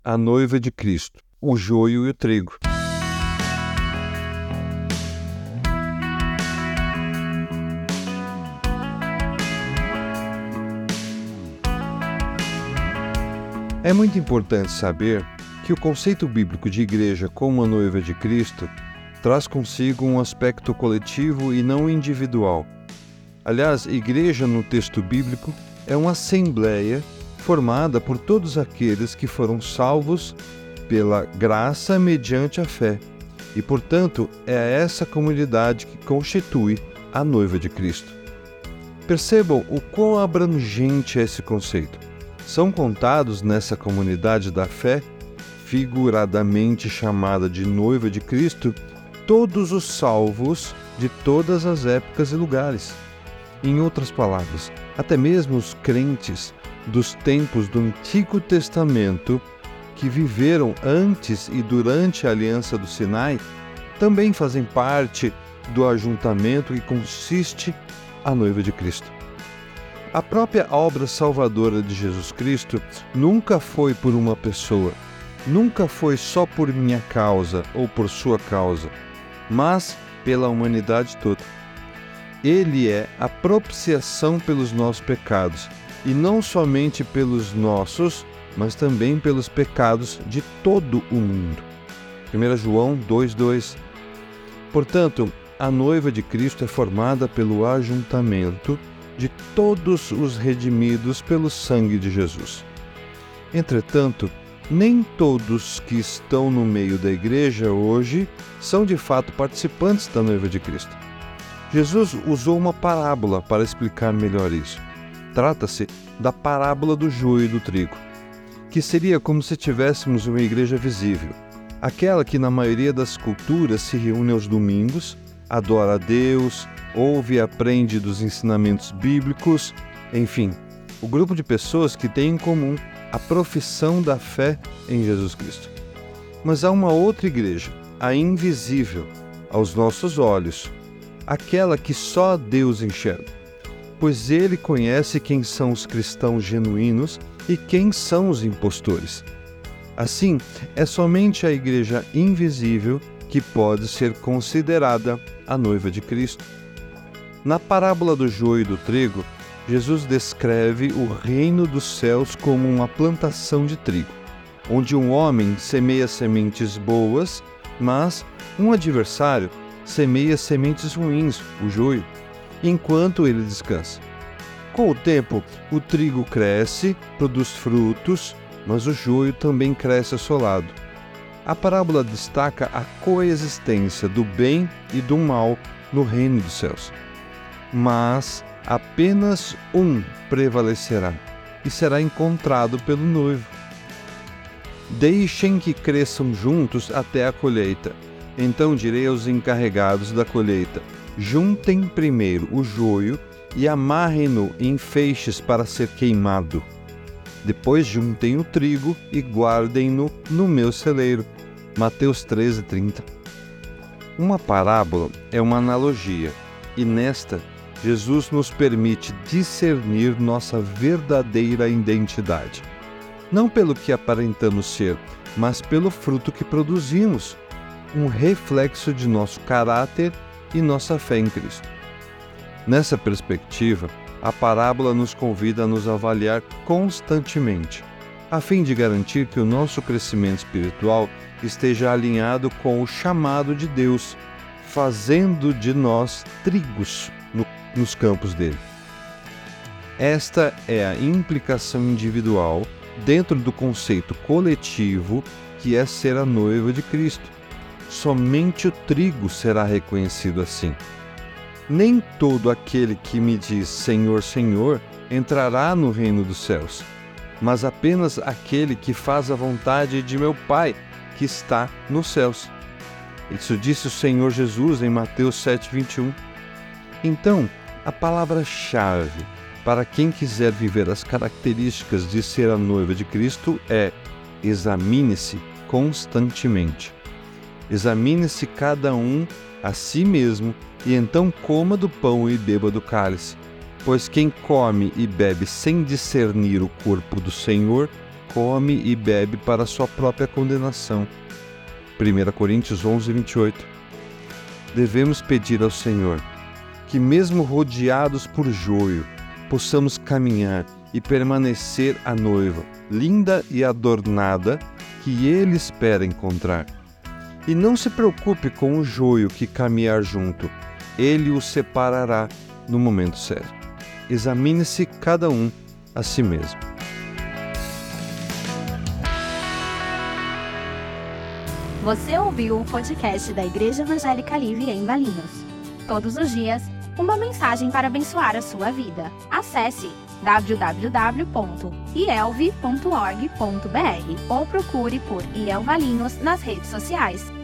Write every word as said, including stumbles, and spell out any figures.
a noiva de Cristo, o joio e o trigo. É muito importante saber que o conceito bíblico de igreja como a noiva de Cristo traz consigo um aspecto coletivo e não individual. Aliás, igreja no texto bíblico é uma assembleia formada por todos aqueles que foram salvos pela graça mediante a fé. E, portanto, é essa comunidade que constitui a noiva de Cristo. Percebam o quão abrangente é esse conceito. São contados nessa comunidade da fé, figuradamente chamada de noiva de Cristo, todos os salvos de todas as épocas e lugares. Em outras palavras, até mesmo os crentes dos tempos do Antigo Testamento, que viveram antes e durante a Aliança do Sinai, também fazem parte do ajuntamento que consiste a noiva de Cristo. A própria obra salvadora de Jesus Cristo nunca foi por uma pessoa, nunca foi só por minha causa ou por sua causa, mas pela humanidade toda. Ele é a propiciação pelos nossos pecados, e não somente pelos nossos, mas também pelos pecados de todo o mundo. primeira João dois, dois. Portanto, a noiva de Cristo é formada pelo ajuntamento de todos os redimidos pelo sangue de Jesus. Entretanto, nem todos que estão no meio da igreja hoje são de fato participantes da noiva de Cristo. Jesus usou uma parábola para explicar melhor isso. Trata-se da parábola do joio e do trigo, que seria como se tivéssemos uma igreja visível, aquela que na maioria das culturas se reúne aos domingos, adora a Deus, ouve e aprende dos ensinamentos bíblicos, enfim, o grupo de pessoas que tem em comum a profissão da fé em Jesus Cristo. Mas há uma outra igreja, a invisível, aos nossos olhos, aquela que só Deus enxerga, pois Ele conhece quem são os cristãos genuínos e quem são os impostores. Assim, é somente a igreja invisível que pode ser considerada a noiva de Cristo. Na parábola do joio e do trigo, Jesus descreve o reino dos céus como uma plantação de trigo, onde um homem semeia sementes boas, mas um adversário semeia sementes ruins, o joio, enquanto ele descansa. Com o tempo, o trigo cresce, produz frutos, mas o joio também cresce ao seu lado. A parábola destaca a coexistência do bem e do mal no reino dos céus. Mas apenas um prevalecerá e será encontrado pelo noivo. Deixem que cresçam juntos até a colheita. Então direi aos encarregados da colheita: juntem primeiro o joio e amarrem-no em feixes para ser queimado. Depois juntem o trigo e guardem-no no meu celeiro. Mateus treze, trinta. Uma parábola é uma analogia, e nesta, Jesus nos permite discernir nossa verdadeira identidade. Não pelo que aparentamos ser, mas pelo fruto que produzimos, um reflexo de nosso caráter e nossa fé em Cristo. Nessa perspectiva, a parábola nos convida a nos avaliar constantemente, a fim de garantir que o nosso crescimento espiritual esteja alinhado com o chamado de Deus, fazendo de nós trigos no, nos campos dele. Esta é a implicação individual dentro do conceito coletivo que é ser a noiva de Cristo. Somente o trigo será reconhecido assim. Nem todo aquele que me diz Senhor, Senhor entrará no reino dos céus, mas apenas aquele que faz a vontade de meu Pai que está nos céus. Isso disse o Senhor Jesus em Mateus sete, vinte e um. Então, a palavra-chave para quem quiser viver as características de ser a noiva de Cristo é: examine-se constantemente. Examine-se cada um a si mesmo, e então coma do pão e beba do cálice. Pois quem come e bebe sem discernir o corpo do Senhor, come e bebe para sua própria condenação. primeira Coríntios onze, vinte e oito. Devemos pedir ao Senhor que, mesmo rodeados por joio, possamos caminhar e permanecer a noiva, linda e adornada, que Ele espera encontrar. E não se preocupe com o joio que caminhar junto, Ele o separará no momento certo. Examine-se cada um a si mesmo. Você ouviu o podcast da Igreja Evangélica Livre em Valinhos. Todos os dias, uma mensagem para abençoar a sua vida. Acesse w w w ponto i e l v ponto org ponto b r ou procure por I E L Valinhos nas redes sociais.